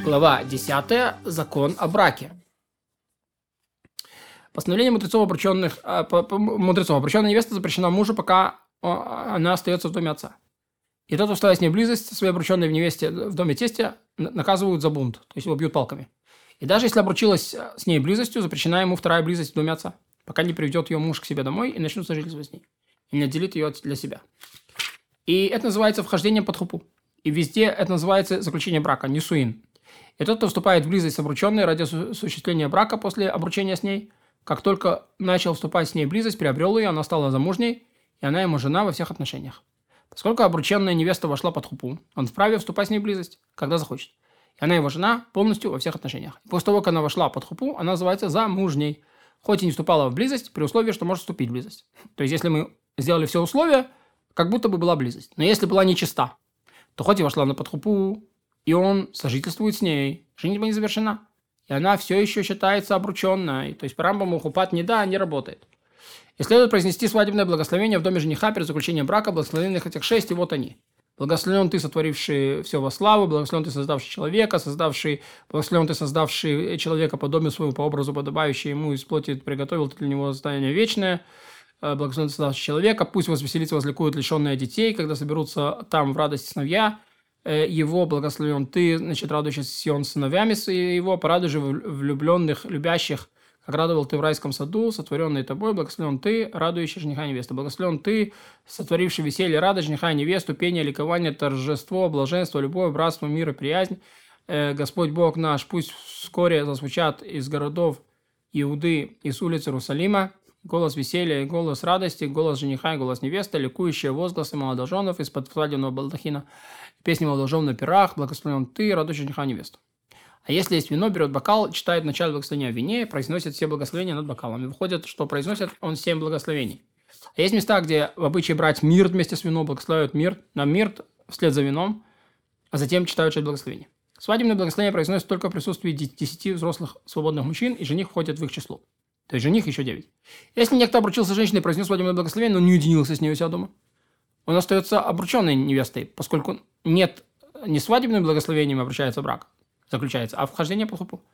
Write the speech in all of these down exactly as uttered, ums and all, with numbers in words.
Глава десятая. Закон о браке. Постановление мудрецов, обрученных, а, по, по, мудрецов. Обрученная невеста запрещена мужу, пока а, она остается в доме отца. И тот, кто вставит с ней близость, своей обрученной в невесте в доме тестя, наказывают за бунт, то есть его бьют палками. И даже если обручилась с ней близостью, запрещена ему вторая близость в доме отца, пока не приведет ее муж к себе домой и начнут сожительство с ней, и не отделит ее для себя. И это называется вхождение под хупу. И везде это называется заключение брака, нисуин. И тот, кто вступает в близость с обрученной ради осуществления брака после обручения с ней, как только начал вступать с ней в близость, приобрел ее, она стала замужней, и она ему жена во всех отношениях. Поскольку обрученная невеста вошла под хупу, он вправе вступать с ней в близость, когда захочет. И она его жена полностью во всех отношениях. И после того, как она вошла под хупу, она называется замужней, хоть и не вступала в близость, при условии, что может вступить в близость. То есть, если мы сделали все условия, как будто бы была близость. Но если была нечиста, то хоть и вошла она под хупу, и он сожительствует с ней, женитьба не завершена. И она все еще считается обрученной. То есть, по Рамбаму хупат неда не работает. И следует произнести свадебное благословение в доме жениха перед заключением брака, благословенных этих шесть, и вот они. Благословен ты, сотворивший все во славу, благословен ты, создавший человека, создавший, благословен ты, создавший человека по доме своему, по образу подобающий ему, из плоти приготовил ты для него состояние вечное. Благословен ты, создавший человека, пусть возвеселится, возликуют лишенные детей, когда соберутся там в радости сыновья его, благословен ты, значит, радующийся Сион с сыновьями его, порадуй же влюбленных, любящих, как радовал ты в райском саду, сотворенный тобой, благословен ты, радующий жениха и невесту. Благословен ты, сотворивший веселье, радость жениха и невесту, пение, ликование, торжество, блаженство, любовь, братство, мир и приязнь. Э, Господь Бог наш, пусть вскоре зазвучат из городов Иуды и с улиц Иерусалима голос веселья и голос радости, голос жениха и голос невесты, ликующие возгласы молодоженов из-под свадебного балдахина, песни молодожен на пирах, благословен ты, радующий жениха и невесту. А если есть вино, берет бокал, читает начало благословения о вине, произносит все благословения над бокалом. И выходит, что произносит он семь благословений. А есть места, где в обычае брать мирт вместе с вином, благословляют мирт, на мирт вслед за вином, а затем читают часть благословения. Свадебное благословение произносит только в присутствии десяти взрослых свободных мужчин, и жених входит в их число. То есть жених еще девять. Если некто обручился с женщиной и произнес свадебное благословение, но не уединился с ней у себя дома, он остается обрученной невестой, поскольку нет не свадебным благословением обручается брак, заключается, а вхождение под хупу.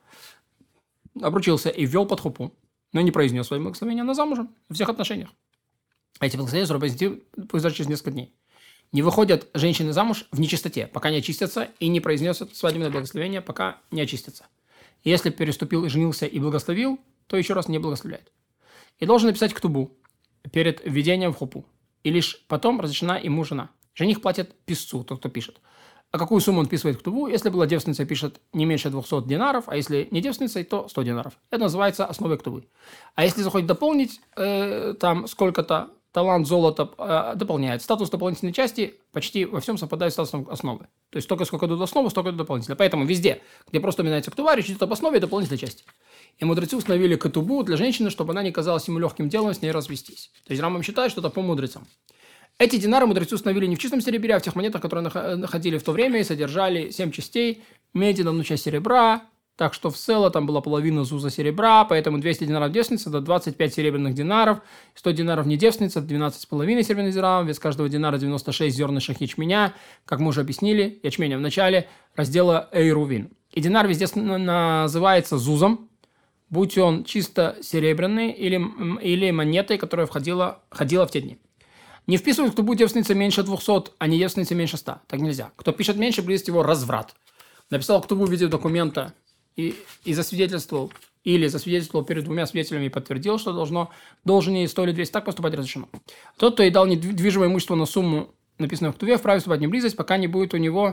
Обручился и ввел под хупу, но не произнес свое благословение, она замужем во всех отношениях. А эти благословения срок произнести произойдет через несколько дней. Не выходят женщины замуж в нечистоте, пока не очистятся, и не произнесут свадебное благословение, пока не очистятся. И если переступил и женился и благословил, то еще раз не благословляет. И должен написать ктубу перед введением в хупу. И лишь потом разрешена ему жена. Жених платит писцу, тот, кто пишет. А какую сумму он вписывает в ктубу? Если была девственницей, пишет не меньше двухсот динаров, а если не девственницей, то сто динаров. Это называется основой ктубы. А если захочет дополнить э, там сколько-то, талант, золото, э, дополняет. Статус дополнительной части почти во всем совпадает с статусом основы. То есть столько, сколько идут основы, столько идут дополнительно. Поэтому везде, где просто упоминается ктуба, речь идет об основе и дополнительной части. И мудрецы установили ктубу для женщины, чтобы она не казалась ему легким делом с ней развестись. То есть Рамбам считает, что это по мудрецам. Эти динары мудрецы установили не в чистом серебре, а в тех монетах, которые находили в то время и содержали семь частей, меди на одну часть серебра, так что в целом там была половина зуза серебра, поэтому двести динаров девственницы – это двадцать пять серебряных динаров, сто динаров не девственницы – это двенадцать с половиной серебряных динаров, вес каждого динара девяносто шесть зернышек ячменя, как мы уже объяснили, ячменя в начале раздела Эйрувин. И динар везде называется зузом, будь он чисто серебряный или, или монетой, которая входила, ходила в те дни. Не вписывают, кто будет девственница меньше двухсот, а не девственница меньше ста. Так нельзя. Кто пишет меньше, близит его разврат. Написал ктубу в виде документа и, и засвидетельствовал, или засвидетельствовал перед двумя свидетелями и подтвердил, что должно, должен ей сто или двести, так поступать разрешено. Тот, кто ей дал недвижимое имущество на сумму, написанную в ктубе, вправе вступать в неблизость, пока не будет у него,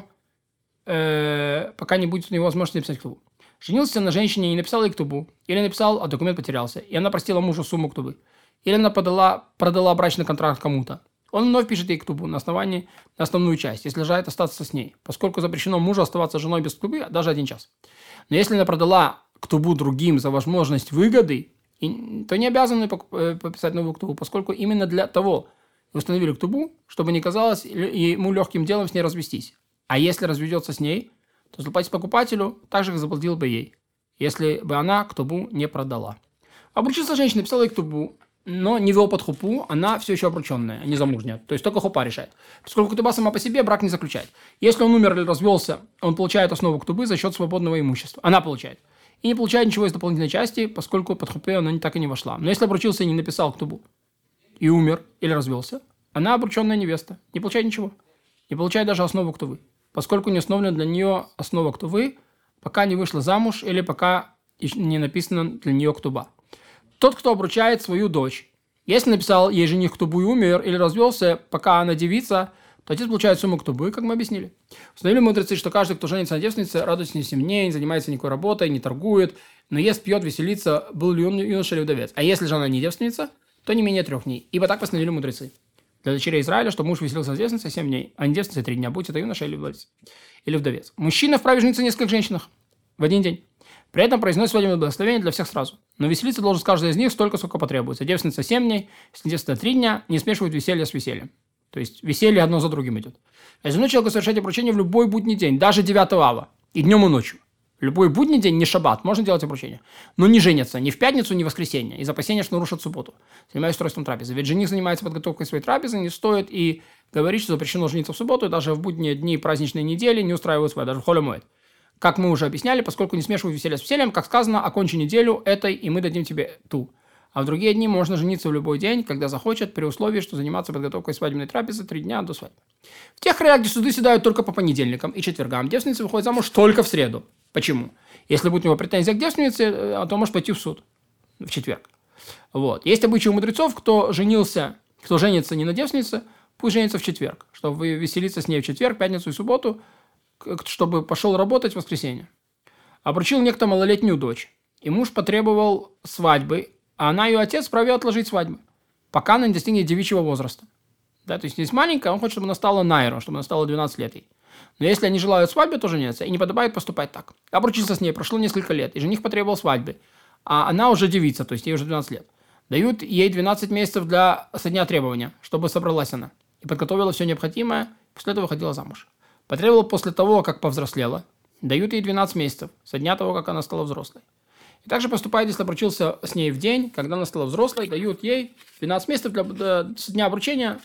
э, пока не будет у него возможности написать ктубу. Женился на женщине и не написал ей ктубу, или написал, а документ потерялся, и она простила мужу сумму ктубы. Или она подала, продала брачный контракт кому-то. Он вновь пишет ей ктубу на основании на основную часть, если желает остаться с ней, поскольку запрещено мужу оставаться женой без ктубы даже один час. Но если она продала ктубу другим за возможность выгоды, то не обязаны подписать новую ктубу, поскольку именно для того установили ктубу, чтобы не казалось ему легким делом с ней развестись. А если разведется с ней, то заплатить покупателю так же, как заплатил бы ей, если бы она ктубу не продала. Обручился женщина, написала ей ктубу, но не вел под хупу, она все еще обрученная, а не замужняя. То есть только хупа решает. Поскольку ктуба сама по себе брак не заключает. Если он умер или развелся, он получает основу ктубы за счет свободного имущества. Она получает. И не получает ничего из дополнительной части, поскольку под хупе она так и не вошла. Но если обручился и не написал ктубу, и умер или развелся, она обрученная невеста. Не получает ничего. Не получает даже основу ктувы. Поскольку не установлена для нее основа ктувы, пока не вышла замуж или пока не написана для нее ктуба. Тот, кто обручает свою дочь, если написал ей жених ктубу и умер или развелся, пока она девица, то отец получает сумму ктубы, как мы объяснили. Установили мудрецы, что каждый, кто женится на девственнице, радуется не семье, не занимается никакой работой, не торгует, но ест, пьет, веселится, был ли он юноша или вдовец. А если же она не девственница, то не менее трех дней. Ибо так постановили мудрецы. Для дочерей Израиля, что муж веселился с девственницей семь дней, а не девственницей три дня, будь это юноша или вдовец. Или вдовец. Мужчина вправе жениться на нескольких женщинах в один день. При этом произносит свадебное благословение для всех сразу. Но веселиться должен с каждой из них столько, сколько потребуется. Девственница семь дней, если девственница три дня, не смешивают веселье с весельем. То есть веселье одно за другим идет. Разрешено человеку совершать обручение в любой будний день, даже девятого ава, и днем, и ночью. Любой будний день, не шаббат, можно делать обручение. Но не женятся ни в пятницу, ни в воскресенье, из опасения, что нарушат субботу. Занимаясь устройством трапезы. Ведь жених занимается подготовкой своей трапезы, не стоит и говорить, что запрещено жениться в субботу, и даже в будние дни праздничной недели не устраивают свадьбу, даже в холе моэд. Как мы уже объясняли, поскольку не смешивают веселье с весельем, как сказано, окончи неделю этой, и мы дадим тебе ту. А в другие дни можно жениться в любой день, когда захочет, при условии, что заниматься подготовкой свадебной трапезы три дня до свадьбы. В тех краях, где суды седают только по понедельникам и четвергам, девственница выходит замуж только в среду. Почему? Если будет у него претензия к девственнице, то может пойти в суд в четверг. Вот. Есть обычай у мудрецов, кто женился, кто женится не на девственнице, пусть женится в четверг, чтобы веселиться с ней в четверг, пятницу и субботу, чтобы пошел работать в воскресенье. Обручил некто малолетнюю дочь, и муж потребовал свадьбы, а она и ее отец вправе отложить свадьбу, пока она не достигнет девичьего возраста. Да, то есть здесь маленькая, он хочет, чтобы она стала найро, чтобы она стала двенадцать лет ей. Но если они желают свадьбы, то женятся, и не подобает поступать так. Обручился с ней, прошло несколько лет, и жених потребовал свадьбы, а она уже девица, то есть ей уже двенадцать лет. Дают ей двенадцать месяцев для со дня требования, чтобы собралась она, и подготовила все необходимое, после этого выходила замуж. Потребовала после того, как повзрослела, дают ей двенадцать месяцев, со дня того, как она стала взрослой. И также поступает, если обручился с ней в день, когда она стала взрослой, дают ей двенадцать месяцев для, для, с дня обручения,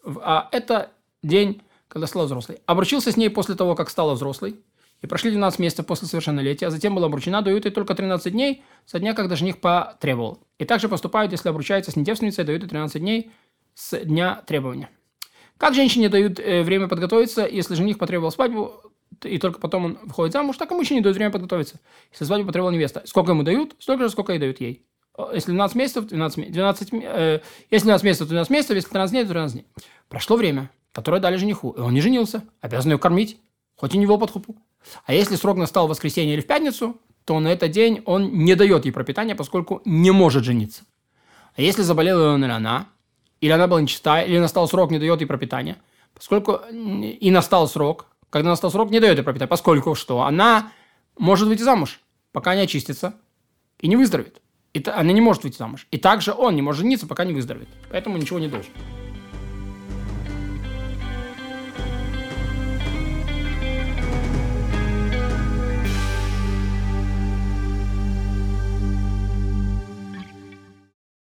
а это день, когда стала взрослой. Обручился с ней после того, как стала взрослой, и прошли двенадцать месяцев после совершеннолетия, а затем была обручена, дают ей только тринадцать дней со дня, когда жених потребовал. И также поступают, если обручается с недевственницей, дают ей тринадцать дней с дня требования. Как женщине дают э, время подготовиться, если жених потребовал свадьбу, и только потом он выходит замуж, так и мужчине дают время подготовиться. Если свадьбу потребовала невеста, сколько ему дают, столько же, сколько и дают ей. Если двенадцать месяцев, двенадцать, двенадцать, э, если двенадцать месяцев, то двенадцать месяцев, если тринадцать дней, то тринадцать дней. Прошло время, которое дали жениху, и он не женился, обязан ее кормить, хоть и не вел под хупу. А если срок настал в воскресенье или в пятницу, то на этот день он не дает ей пропитания, поскольку не может жениться. А если заболела он или она, или она была нечиста, или настал срок, не дает ей пропитания, поскольку и настал срок, когда настал срок, не дает ей пропитания, поскольку что? Она может выйти замуж, пока не очистится и не выздоровеет. И она не может выйти замуж. И также он не может жениться, пока не выздоровеет. Поэтому ничего не должен.